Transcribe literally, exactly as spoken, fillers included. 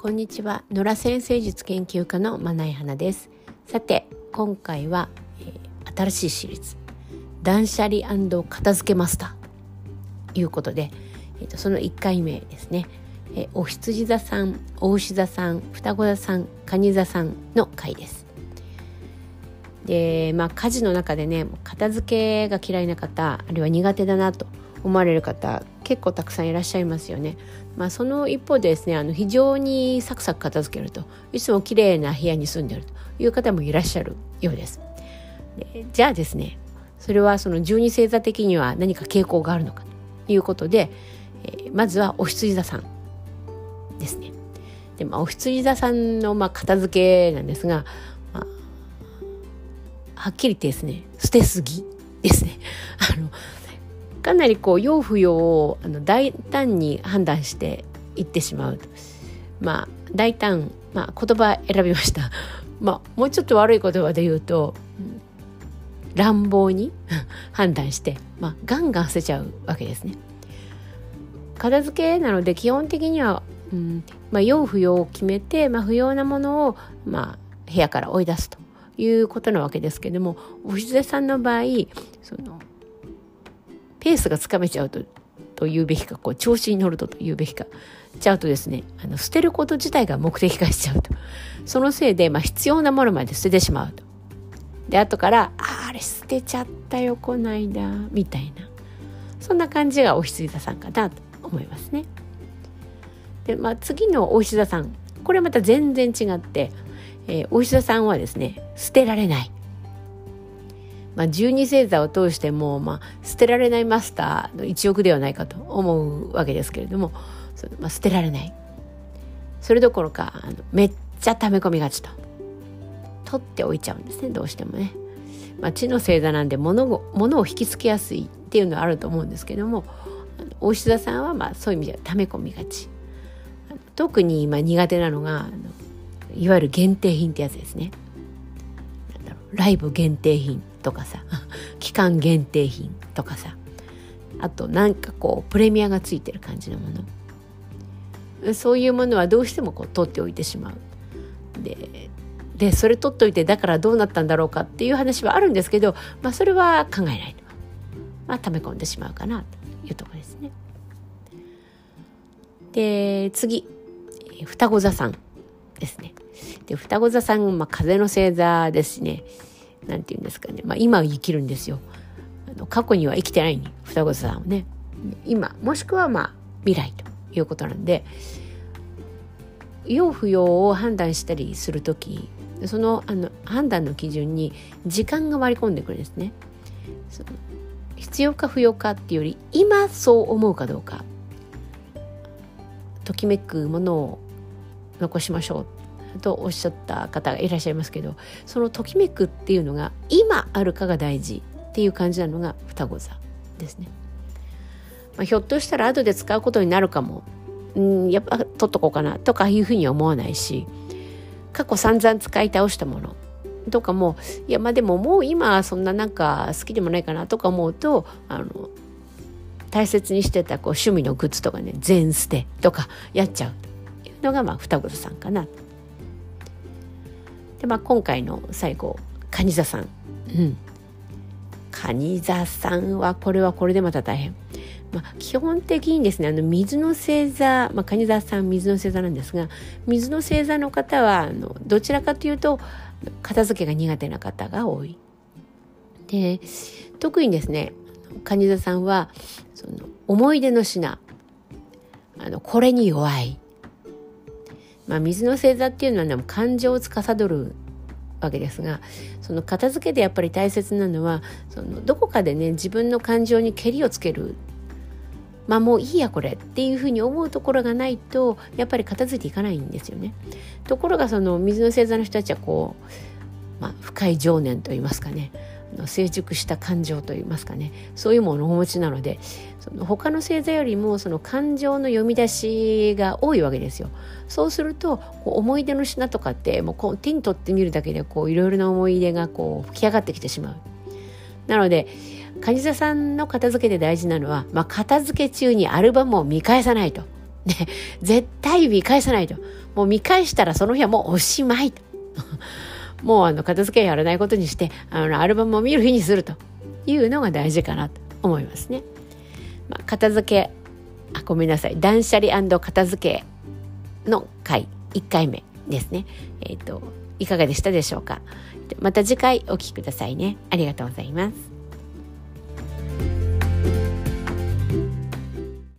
こんにちは。野良先生術研究家のまないはなです。さて今回は、えー、新しいシリーズ断捨離&片付けマスターということで、えー、とそのいっかいめですね、えー、お羊座さん、お牛座さん、双子座さん、蟹座さんの回です。で、まあ、家事の中でね片付けが嫌いな方、あるいは苦手だなと思われる方結構たくさんいらっしゃいますよね。まあ、その一方でですね、あの非常にサクサク片付けるといつも綺麗な部屋に住んでいるという方もいらっしゃるようです。でじゃあですね、それはその十二星座的には何か傾向があるのかということで、えー、まずはお羊座さんですね。で、まあ、お羊座さんのまあ片付けなんですが、まあ、はっきり言ってですね、捨てすぎですね。あのかなりこう要不要をあの大胆に判断していってしまうと、まあ大胆、まあ、言葉選びました。まあもうちょっと悪い言葉で言うと、うん、乱暴に判断して、まあ、ガンガン捨てちゃうわけですね。片付けなので基本的には、うんまあ、要不要を決めて、まあ、不要なものを、まあ、部屋から追い出すということなわけですけれども、お羊座さんの場合そのペースがつかめちゃうとというべきか、こう調子に乗るとというべきかちゃうとですね、あの捨てること自体が目的化しちゃうと、そのせいで、まあ、必要なものまで捨ててしまうと。で後からあ, あれ捨てちゃったよこないだみたいな、そんな感じがお羊座さんかなと思いますね。で、まあ、次のお羊座さん、これはまた全然違って、えー、お羊座さんはですね、捨てられない。まあ、十二星座を通しても、まあ、捨てられないマスターの一翼ではないかと思うわけですけれども、その、まあ、捨てられない、それどころかあのめっちゃ溜め込みがちと、取っておいちゃうんですね、どうしてもね。まあ、地の星座なんで物を、物を引きつけやすいっていうのはあると思うんですけども、あのお牛座さんはまあそういう意味では溜め込みがち。あの特に今苦手なのがあのいわゆる限定品ってやつですね。なんだろう、ライブ限定品とかさ期間限定品とかさ、あとなんかこうプレミアがついてる感じのもの、そういうものはどうしてもこう取っておいてしまう。ででそれ取っといてだからどうなったんだろうかっていう話はあるんですけど、まあ、それは考えないと、まあ、溜め込んでしまうかなというところですね。で次、双子座さんですね。で双子座さん、まあ、風の星座ですしね、なんていうんですかね、まあ、今を生きるんですよ。あの過去には生きてないに双子座さんはね、今もしくはまあ未来ということなんで、要不要を判断したりするとき、その、あの判断の基準に時間が割り込んでくるんですね。その必要か不要かっていうより、今そう思うかどうか、ときめくものを残しましょうとおっしゃった方がいらっしゃいますけど、そのときめくっていうのが今あるかが大事っていう感じなのが双子座ですね。まあ、ひょっとしたら後で使うことになるかも、うんやっぱ取っとこうかなとかいうふうには思わないし、過去散々使い倒したものとかも、いやまあでももう今そんななんか好きでもないかなとか思うと、あの大切にしてたこう趣味のグッズとかね、全捨てとかやっちゃうというのがまあ双子座さんかな。で、まあ、今回の最後蟹座さん、うん、蟹座さんはこれはこれでまた大変。まあ、基本的にですね、あの水の星座、まあ、蟹座さん水の星座なんですが、水の星座の方はあのどちらかというと片付けが苦手な方が多い。で、特にですね、蟹座さんはその思い出の品、あのこれに弱い。まあ、水の星座っていうのは、ね、感情を司るわけですが、その片付けでやっぱり大切なのは、そのどこかでね自分の感情にけりをつける、まあもういいやこれっていうふうに思うところがないとやっぱり片付いていかないんですよね。ところがその水の星座の人たちはこう、まあ、深い情念といいますかね、成熟した感情といいますかね、そういうものをお持ちなので、その他の星座よりもその感情の読み出しが多いわけですよ。そうするとこう思い出の品とかってもうこう手に取ってみるだけでこういろいろな思い出がこう吹き上がってきてしまう。なので蟹座さんの片付けで大事なのは、まあ、片付け中にアルバムを見返さないとね、絶対見返さないと。もう見返したらその日はもうおしまいと。もうあの片付けやらないことにして、あのアルバムを見る日にするというのが大事かなと思いますね。まあ、片付け、あ、ごめんなさい。断捨離&片付けの回いっかいめですね。えっと、いかがでしたでしょうか。また次回お聞きくださいね。ありがとうございます。